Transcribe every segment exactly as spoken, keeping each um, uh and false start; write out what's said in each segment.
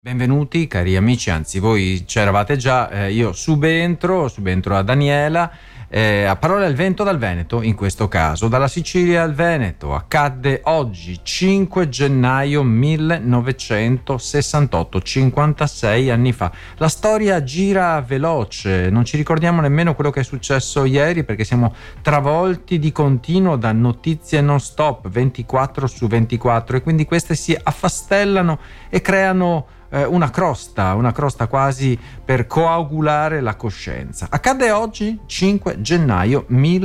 Benvenuti cari amici, anzi voi c'eravate già, eh, io subentro, subentro a Daniela, eh, a Parole al vento dal Veneto, in questo caso dalla Sicilia al Veneto. Accadde oggi cinque gennaio millenovecentosessantotto, cinquantasei anni fa. La storia gira veloce, non ci ricordiamo nemmeno quello che è successo ieri perché siamo travolti di continuo da notizie non stop, ventiquattro su ventiquattro, e quindi queste si affastellano e creano una crosta, una crosta quasi per coagulare la coscienza. Accadde oggi cinque gennaio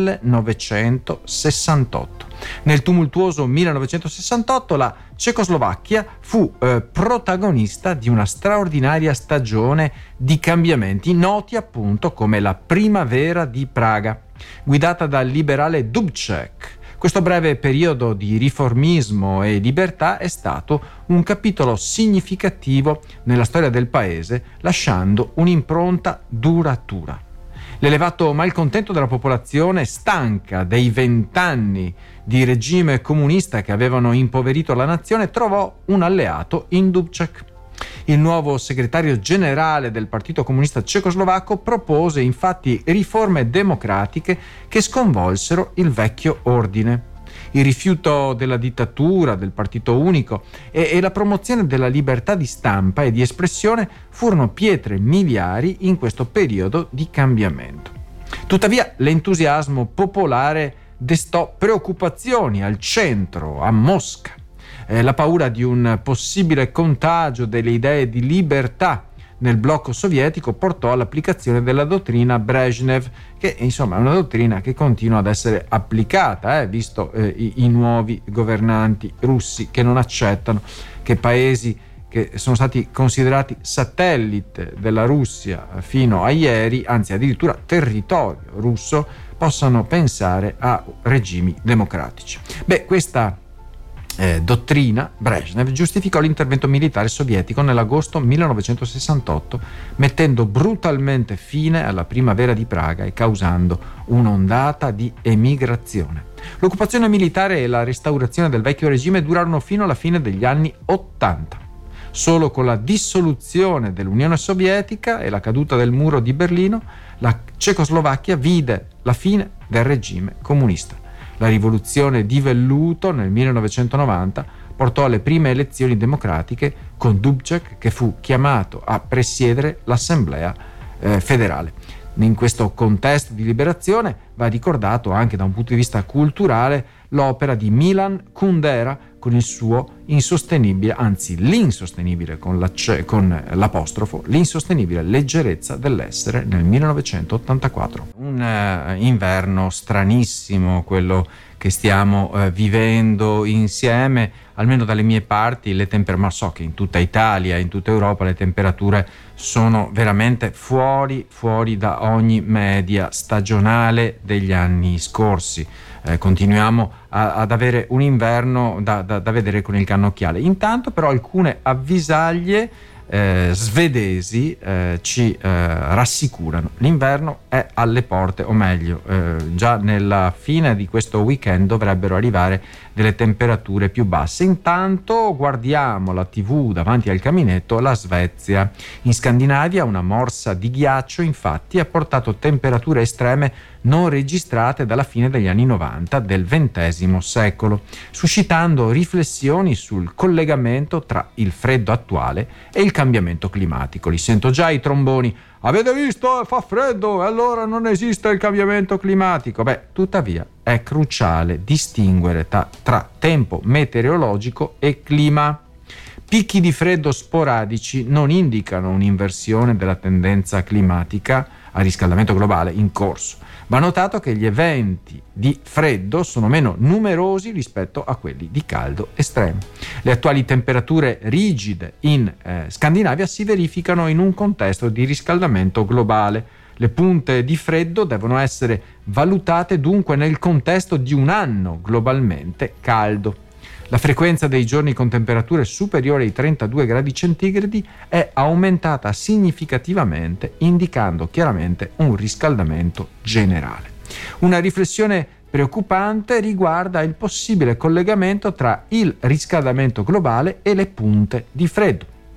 millenovecentosessantotto. Nel tumultuoso millenovecentosessantotto la Cecoslovacchia fu eh, protagonista di una straordinaria stagione di cambiamenti, noti appunto come la Primavera di Praga, guidata dal liberale Dubček. Questo breve periodo di riformismo e libertà è stato un capitolo significativo nella storia del paese, lasciando un'impronta duratura. L'elevato malcontento della popolazione, stanca dei vent'anni di regime comunista che avevano impoverito la nazione, trovò un alleato in Dubček. Il nuovo segretario generale del Partito Comunista Cecoslovacco propose infatti riforme democratiche che sconvolsero il vecchio ordine. Il rifiuto della dittatura, del partito unico e, e la promozione della libertà di stampa e di espressione furono pietre miliari in questo periodo di cambiamento. Tuttavia, l'entusiasmo popolare destò preoccupazioni al centro, a Mosca. Eh, la paura di un possibile contagio delle idee di libertà nel blocco sovietico portò all'applicazione della dottrina Brezhnev, che insomma è una dottrina che continua ad essere applicata, eh, visto eh, i, i nuovi governanti russi che non accettano che paesi che sono stati considerati satellite della Russia fino a ieri, anzi addirittura territorio russo, possano pensare a regimi democratici. Beh, questa Eh, dottrina Brezhnev giustificò l'intervento militare sovietico nell'agosto millenovecentosessantotto, mettendo brutalmente fine alla Primavera di Praga e causando un'ondata di emigrazione. L'occupazione militare e la restaurazione del vecchio regime durarono fino alla fine degli anni ottanta. Solo con la dissoluzione dell'Unione Sovietica e la caduta del muro di Berlino, la Cecoslovacchia vide la fine del regime comunista. La rivoluzione di velluto nel millenovecentonovanta portò alle prime elezioni democratiche con Dubček che fu chiamato a presiedere l'Assemblea eh, federale. In questo contesto di liberazione va ricordato anche da un punto di vista culturale l'opera di Milan Kundera con il suo insostenibile, anzi l'insostenibile con, la, con l'apostrofo, l'insostenibile leggerezza dell'essere nel millenovecentottantaquattro. Un eh, inverno stranissimo quello che stiamo eh, vivendo insieme, almeno dalle mie parti le temperature, ma so che in tutta Italia, in tutta Europa le temperature sono veramente fuori, fuori da ogni media stagionale degli anni scorsi. Eh, continuiamo a, ad avere un inverno da, da, da vedere con il cannocchiale. Intanto però alcune avvisaglie eh, svedesi eh, ci eh, rassicurano. L'inverno è alle porte, o meglio, eh, già nella fine di questo weekend dovrebbero arrivare delle temperature più basse. Intanto guardiamo la tivù davanti al caminetto, la Svezia. In Scandinavia una morsa di ghiaccio infatti ha portato temperature estreme non registrate dalla fine degli anni novanta del ventesimo secolo, suscitando riflessioni sul collegamento tra il freddo attuale e il cambiamento climatico. Li sento già i tromboni. Avete visto? Fa freddo e allora non esiste il cambiamento climatico. Beh, tuttavia è cruciale distinguere ta- tra tempo meteorologico e clima. Picchi di freddo sporadici non indicano un'inversione della tendenza climatica a riscaldamento globale in corso. Va notato che gli eventi di freddo sono meno numerosi rispetto a quelli di caldo estremo. Le attuali temperature rigide in eh, Scandinavia si verificano in un contesto di riscaldamento globale. Le punte di freddo devono essere valutate dunque nel contesto di un anno globalmente caldo. La frequenza dei giorni con temperature superiori ai trentadue gradi centigradi è aumentata significativamente, indicando chiaramente un riscaldamento generale. Una riflessione preoccupante riguarda il possibile collegamento tra il riscaldamento globale e le punte di freddo.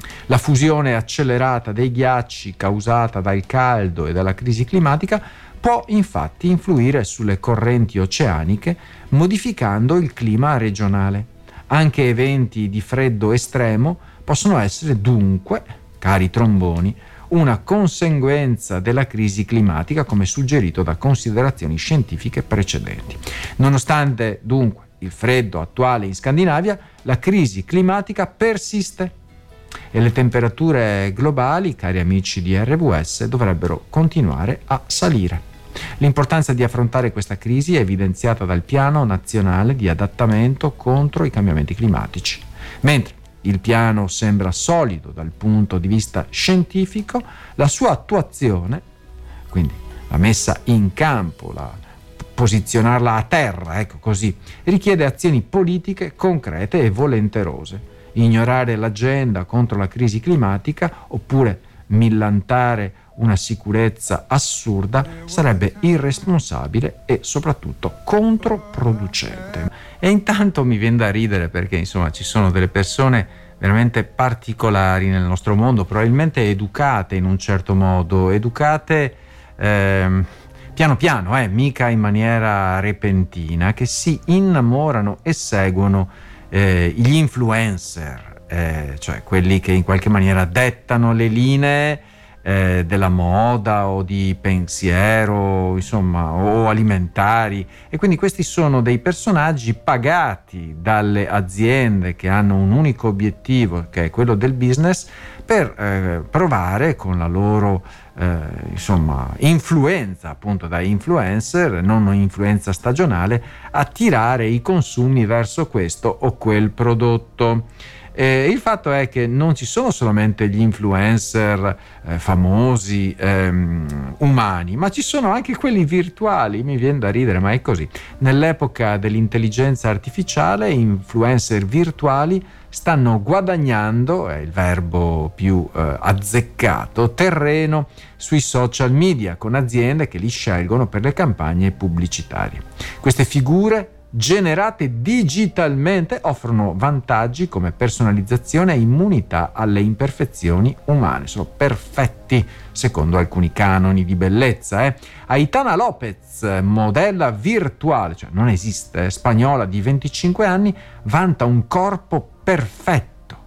La fusione accelerata dei ghiacci causata dal caldo e dalla crisi climatica può infatti influire sulle correnti oceaniche, modificando il clima regionale. Anche eventi di freddo estremo possono essere dunque, cari tromboni, una conseguenza della crisi climatica, come suggerito da considerazioni scientifiche precedenti. Nonostante dunque il freddo attuale in Scandinavia, la crisi climatica persiste e le temperature globali, cari amici di R W S, dovrebbero continuare a salire. L'importanza di affrontare questa crisi è evidenziata dal Piano Nazionale di Adattamento contro i cambiamenti climatici. Mentre il piano sembra solido dal punto di vista scientifico, la sua attuazione, quindi la messa in campo, la posizionarla a terra, ecco così, richiede azioni politiche concrete e volenterose. Ignorare l'agenda contro la crisi climatica oppure millantare una sicurezza assurda sarebbe irresponsabile e soprattutto controproducente. E intanto mi viene da ridere perché insomma ci sono delle persone veramente particolari nel nostro mondo, probabilmente educate in un certo modo, educate ehm, piano piano, eh, mica in maniera repentina, che si innamorano e seguono eh, gli influencer, eh, cioè quelli che in qualche maniera dettano le linee Eh, della moda o di pensiero, insomma, o alimentari, e quindi questi sono dei personaggi pagati dalle aziende che hanno un unico obiettivo, che è quello del business, per eh, provare con la loro eh, insomma influenza, appunto da influencer, non influenza stagionale, attirare i consumi verso questo o quel prodotto. Eh, il fatto è che non ci sono solamente gli influencer eh, famosi ehm, umani, ma ci sono anche quelli virtuali. Mi viene da ridere, ma è così. Nell'epoca dell'intelligenza artificiale, influencer virtuali stanno guadagnando, è il verbo più eh, azzeccato, terreno sui social media, con aziende che li scelgono per le campagne pubblicitarie. Queste figure generate digitalmente offrono vantaggi come personalizzazione e immunità alle imperfezioni umane. Sono perfetti secondo alcuni canoni di bellezza. Eh. Aitana Lopez, modella virtuale, cioè non esiste, spagnola di venticinque anni, vanta un corpo perfetto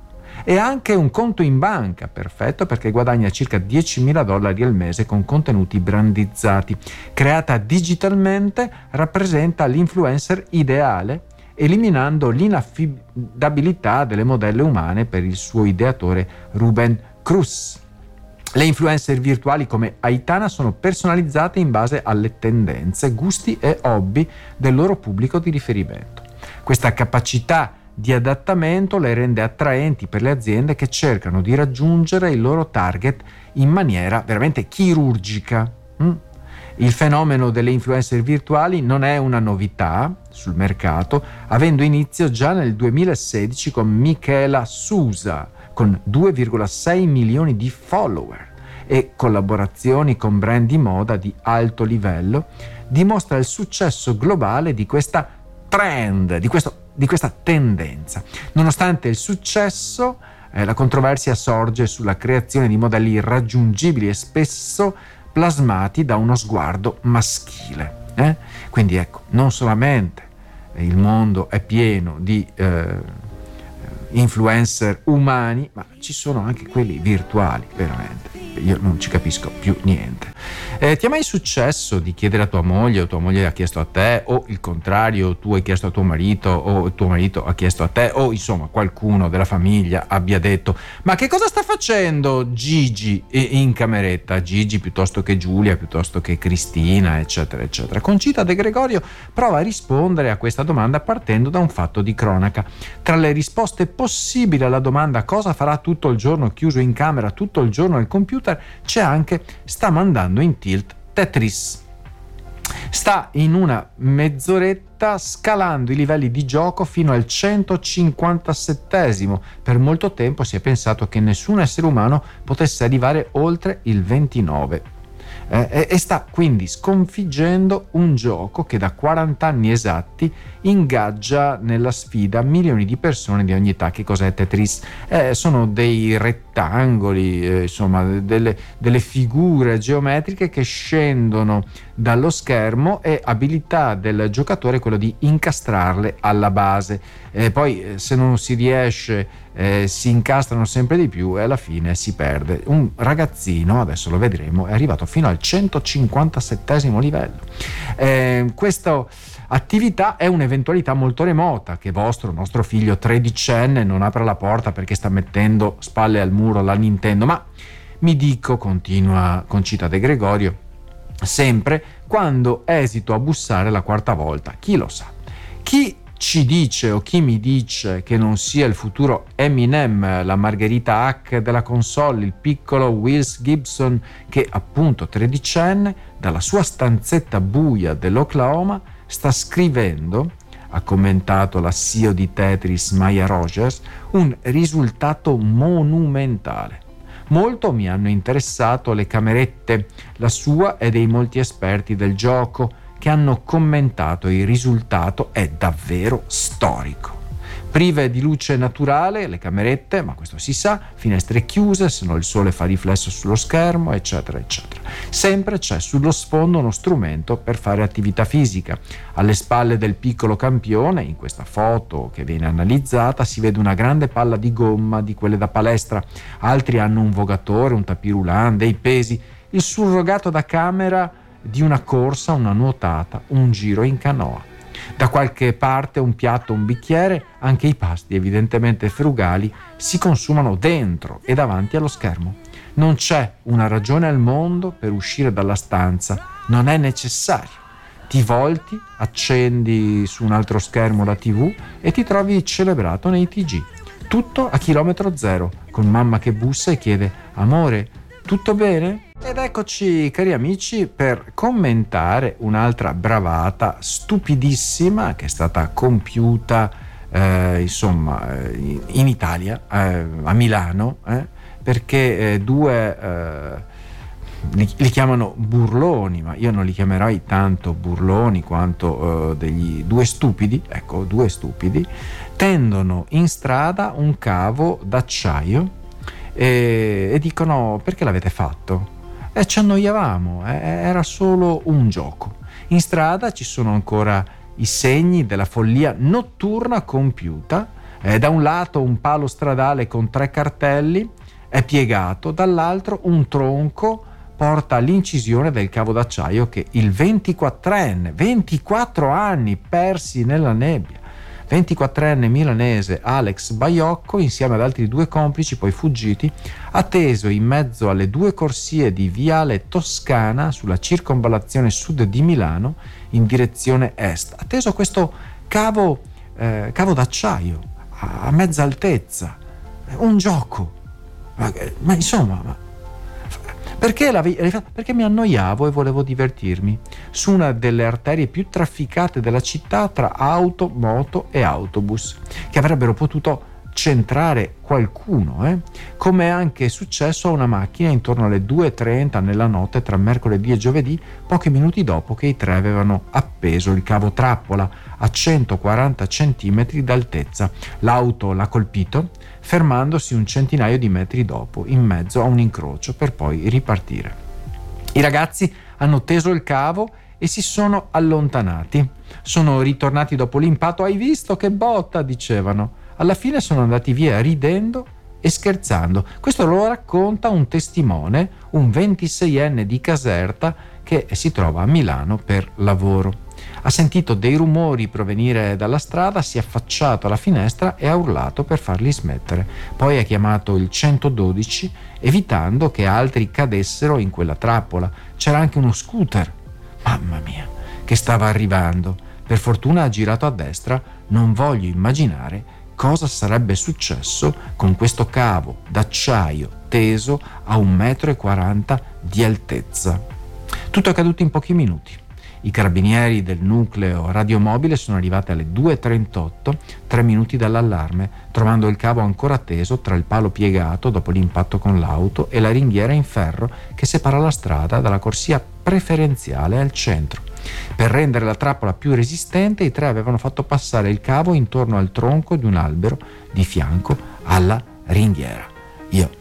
e anche un conto in banca perfetto, perché guadagna circa diecimila dollari al mese con contenuti brandizzati. Creata digitalmente, rappresenta l'influencer ideale, eliminando l'inaffidabilità delle modelle umane per il suo ideatore Ruben Cruz. Le influencer virtuali come Aitana sono personalizzate in base alle tendenze, gusti e hobby del loro pubblico di riferimento. Questa capacità di adattamento le rende attraenti per le aziende che cercano di raggiungere il loro target in maniera veramente chirurgica. Mm? Il fenomeno delle influencer virtuali non è una novità sul mercato, avendo inizio già nel duemilasedici con Michela Sousa, con due virgola sei milioni di follower e collaborazioni con brand di moda di alto livello, dimostra il successo globale di questa trend, di questo di questa tendenza. Nonostante il successo, eh, la controversia sorge sulla creazione di modelli irraggiungibili e spesso plasmati da uno sguardo maschile. Eh? Quindi ecco, non solamente il mondo è pieno di eh, influencer umani, ma ci sono anche quelli virtuali, veramente. Io non ci capisco più niente. Eh, ti è mai successo di chiedere a tua moglie o tua moglie ha chiesto a te, o il contrario, tu hai chiesto a tuo marito o tuo marito ha chiesto a te, o insomma qualcuno della famiglia abbia detto: ma che cosa sta facendo Gigi in cameretta? Gigi piuttosto che Giulia, piuttosto che Cristina, eccetera eccetera. Concita De Gregorio prova a rispondere a questa domanda partendo da un fatto di cronaca. Tra le risposte possibili alla domanda cosa farà tutto il giorno chiuso in camera, tutto il giorno al computer, c'è anche sta mandando in tilt Tetris. Sta in una mezz'oretta scalando i livelli di gioco fino al centocinquantasettesimo. Per molto tempo si è pensato che nessun essere umano potesse arrivare oltre il ventinove. Eh, e sta quindi sconfiggendo un gioco che da quaranta anni esatti ingaggia nella sfida milioni di persone di ogni età. Che cos'è Tetris? Eh, sono dei rettangoli rettangoli, eh, insomma delle, delle figure geometriche che scendono dallo schermo, e abilità del giocatore è quello di incastrarle alla base. E poi eh, se non si riesce eh, si incastrano sempre di più e alla fine si perde. Un ragazzino, adesso lo vedremo, è arrivato fino al centocinquantasettesimo livello. Eh, questa attività è un'eventualità molto remota che vostro nostro figlio tredicenne non apra la porta perché sta mettendo spalle al muro la Nintendo, ma mi dico, continua Concita De Gregorio, sempre quando esito a bussare la quarta volta, chi lo sa, chi ci dice o chi mi dice che non sia il futuro Eminem, la Margherita Hack della console, il piccolo Wills Gibson che appunto tredicenne dalla sua stanzetta buia dell'Oklahoma sta scrivendo, ha commentato la C E O di Tetris Maya Rogers, un risultato monumentale. Molto mi hanno interessato le camerette, la sua e dei molti esperti del gioco che hanno commentato il risultato è davvero storico. Prive di luce naturale le camerette, ma questo si sa, finestre chiuse, se no il sole fa riflesso sullo schermo, eccetera, eccetera. Sempre c'è sullo sfondo uno strumento per fare attività fisica. Alle spalle del piccolo campione, in questa foto che viene analizzata, si vede una grande palla di gomma di quelle da palestra. Altri hanno un vogatore, un tapis roulant, dei pesi, il surrogato da camera di una corsa, una nuotata, un giro in canoa. Da qualche parte un piatto, un bicchiere, anche i pasti evidentemente frugali si consumano dentro e davanti allo schermo. Non c'è una ragione al mondo per uscire dalla stanza, non è necessario. Ti volti, accendi su un altro schermo la tivù e ti trovi celebrato nei T G. Tutto a chilometro zero, con mamma che bussa e chiede: amore, tutto bene? Ed eccoci, cari amici, per commentare un'altra bravata stupidissima che è stata compiuta eh, insomma in Italia, eh, a Milano, eh, perché eh, due eh, li, li chiamano burloni, ma io non li chiamerei tanto burloni quanto eh, degli due stupidi, ecco, due stupidi, tendono in strada un cavo d'acciaio e, e dicono: perché l'avete fatto? E ci annoiavamo, eh, era solo un gioco. In strada ci sono ancora i segni della follia notturna compiuta. Eh, da un lato un palo stradale con tre cartelli è piegato, dall'altro un tronco porta all'incisione del cavo d'acciaio che il ventiquattrenne, ventiquattro anni persi nella nebbia, ventiquattrenne milanese Alex Baiocco, insieme ad altri due complici poi fuggiti, ha teso in mezzo alle due corsie di Viale Toscana sulla circonvallazione sud di Milano in direzione est. Ha teso questo cavo, eh, cavo d'acciaio a, a mezza altezza. Un gioco. Ma, ma insomma... Ma, Perché, perché mi annoiavo e volevo divertirmi su una delle arterie più trafficate della città tra auto, moto e autobus, che avrebbero potuto centrare qualcuno, eh? Come è anche successo a una macchina intorno alle due e trenta nella notte tra mercoledì e giovedì, pochi minuti dopo che i tre avevano appeso il cavo trappola a centoquaranta centimetri d'altezza. L'auto l'ha colpito, fermandosi un centinaio di metri dopo, in mezzo a un incrocio, per poi ripartire. I ragazzi hanno teso il cavo e si sono allontanati. Sono ritornati dopo l'impatto. Hai visto che botta? Dicevano. Alla fine sono andati via ridendo e scherzando. Questo lo racconta un testimone, un ventiseienne di Caserta che si trova a Milano per lavoro. Ha sentito dei rumori provenire dalla strada, si è affacciato alla finestra e ha urlato per farli smettere. Poi ha chiamato il centododici, evitando che altri cadessero in quella trappola. C'era anche uno scooter, mamma mia, che stava arrivando. Per fortuna ha girato a destra. Non voglio immaginare cosa sarebbe successo con questo cavo d'acciaio teso a un metro e quaranta di altezza. Tutto è accaduto in pochi minuti. I carabinieri del nucleo radiomobile sono arrivati alle due e trentotto, tre minuti dall'allarme, trovando il cavo ancora teso tra il palo piegato dopo l'impatto con l'auto e la ringhiera in ferro che separa la strada dalla corsia preferenziale al centro. Per rendere la trappola più resistente, i tre avevano fatto passare il cavo intorno al tronco di un albero di fianco alla ringhiera. Io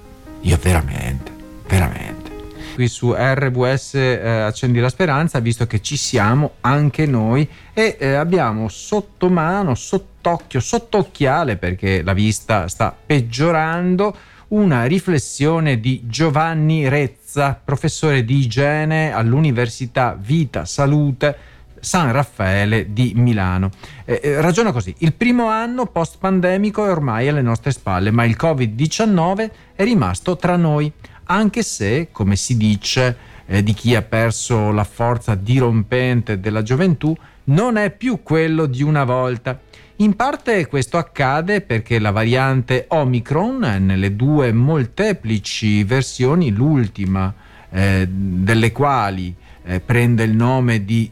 io veramente, veramente. Qui su R W S eh, Accendi la Speranza, visto che ci siamo anche noi e eh, abbiamo sotto mano, sott'occhio, sott'occhiale, perché la vista sta peggiorando, una riflessione di Giovanni Rezza, professore di igiene all'Università Vita Salute San Raffaele di Milano. Eh, eh, ragiona così: il primo anno post-pandemico è ormai alle nostre spalle, ma il covid diciannove è rimasto tra noi, anche se, come si dice eh, di chi ha perso la forza dirompente della gioventù, non è più quello di una volta. In parte questo accade perché la variante Omicron, nelle due molteplici versioni, l'ultima eh, delle quali eh, prende il nome di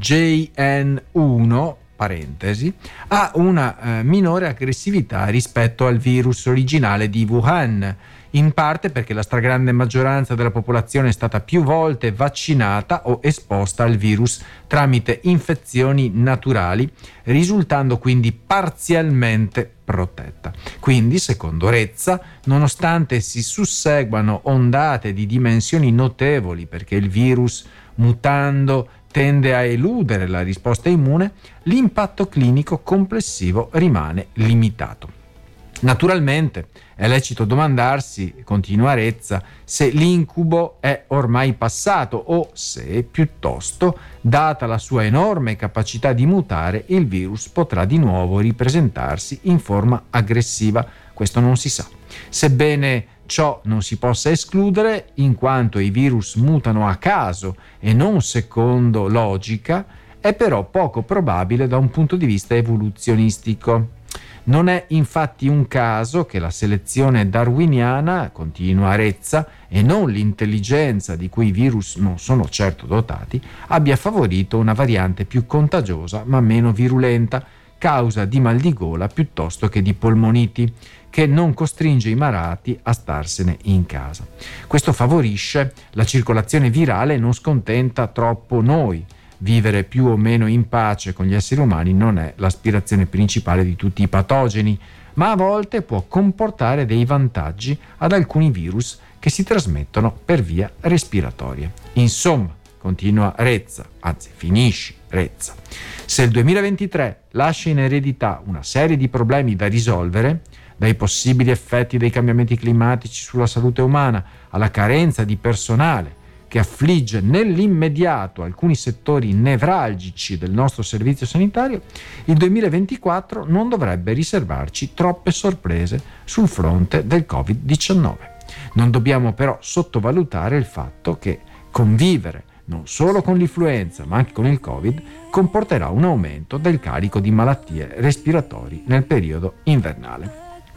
J N uno, parentesi, ha una eh, minore aggressività rispetto al virus originale di Wuhan, in parte perché la stragrande maggioranza della popolazione è stata più volte vaccinata o esposta al virus tramite infezioni naturali, risultando quindi parzialmente protetta. Quindi, secondo Rezza, nonostante si susseguano ondate di dimensioni notevoli, perché il virus, mutando, tende a eludere la risposta immune, l'impatto clinico complessivo rimane limitato. Naturalmente è lecito domandarsi, continua Rezza, se l'incubo è ormai passato o se, piuttosto, data la sua enorme capacità di mutare, il virus potrà di nuovo ripresentarsi in forma aggressiva. Questo non si sa. Sebbene ciò non si possa escludere, in quanto i virus mutano a caso e non secondo logica, è però poco probabile da un punto di vista evoluzionistico. Non è infatti un caso che la selezione darwiniana, continua Rezza, e non l'intelligenza di cui i virus non sono certo dotati, abbia favorito una variante più contagiosa ma meno virulenta, causa di mal di gola piuttosto che di polmoniti, che non costringe i malati a starsene in casa. Questo favorisce la circolazione virale e non scontenta troppo noi. Vivere più o meno in pace con gli esseri umani non è l'aspirazione principale di tutti i patogeni, ma a volte può comportare dei vantaggi ad alcuni virus che si trasmettono per via respiratoria. Insomma, continua Rezza, anzi finisce Rezza, se il duemilaventitré lascia in eredità una serie di problemi da risolvere, dai possibili effetti dei cambiamenti climatici sulla salute umana alla carenza di personale che affligge nell'immediato alcuni settori nevralgici del nostro servizio sanitario, il duemilaventiquattro non dovrebbe riservarci troppe sorprese sul fronte del covid diciannove. Non dobbiamo però sottovalutare il fatto che convivere non solo con l'influenza ma anche con il Covid comporterà un aumento del carico di malattie respiratori nel periodo invernale.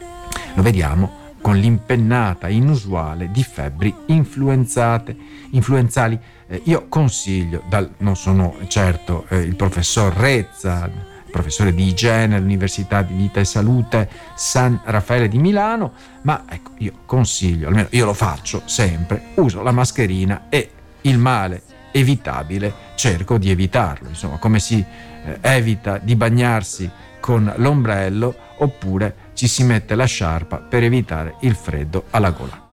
Lo vediamo con l'impennata inusuale di febbri influenzate, influenzali. Eh, io consiglio, dal, non sono certo eh, il professor Rezza, professore di igiene all'Università di Vita e Salute San Raffaele di Milano, ma ecco, io consiglio, almeno io lo faccio sempre, uso la mascherina e il male evitabile cerco di evitarlo. Insomma, come si eh, evita di bagnarsi con l'ombrello oppure ci si mette la sciarpa per evitare il freddo alla gola.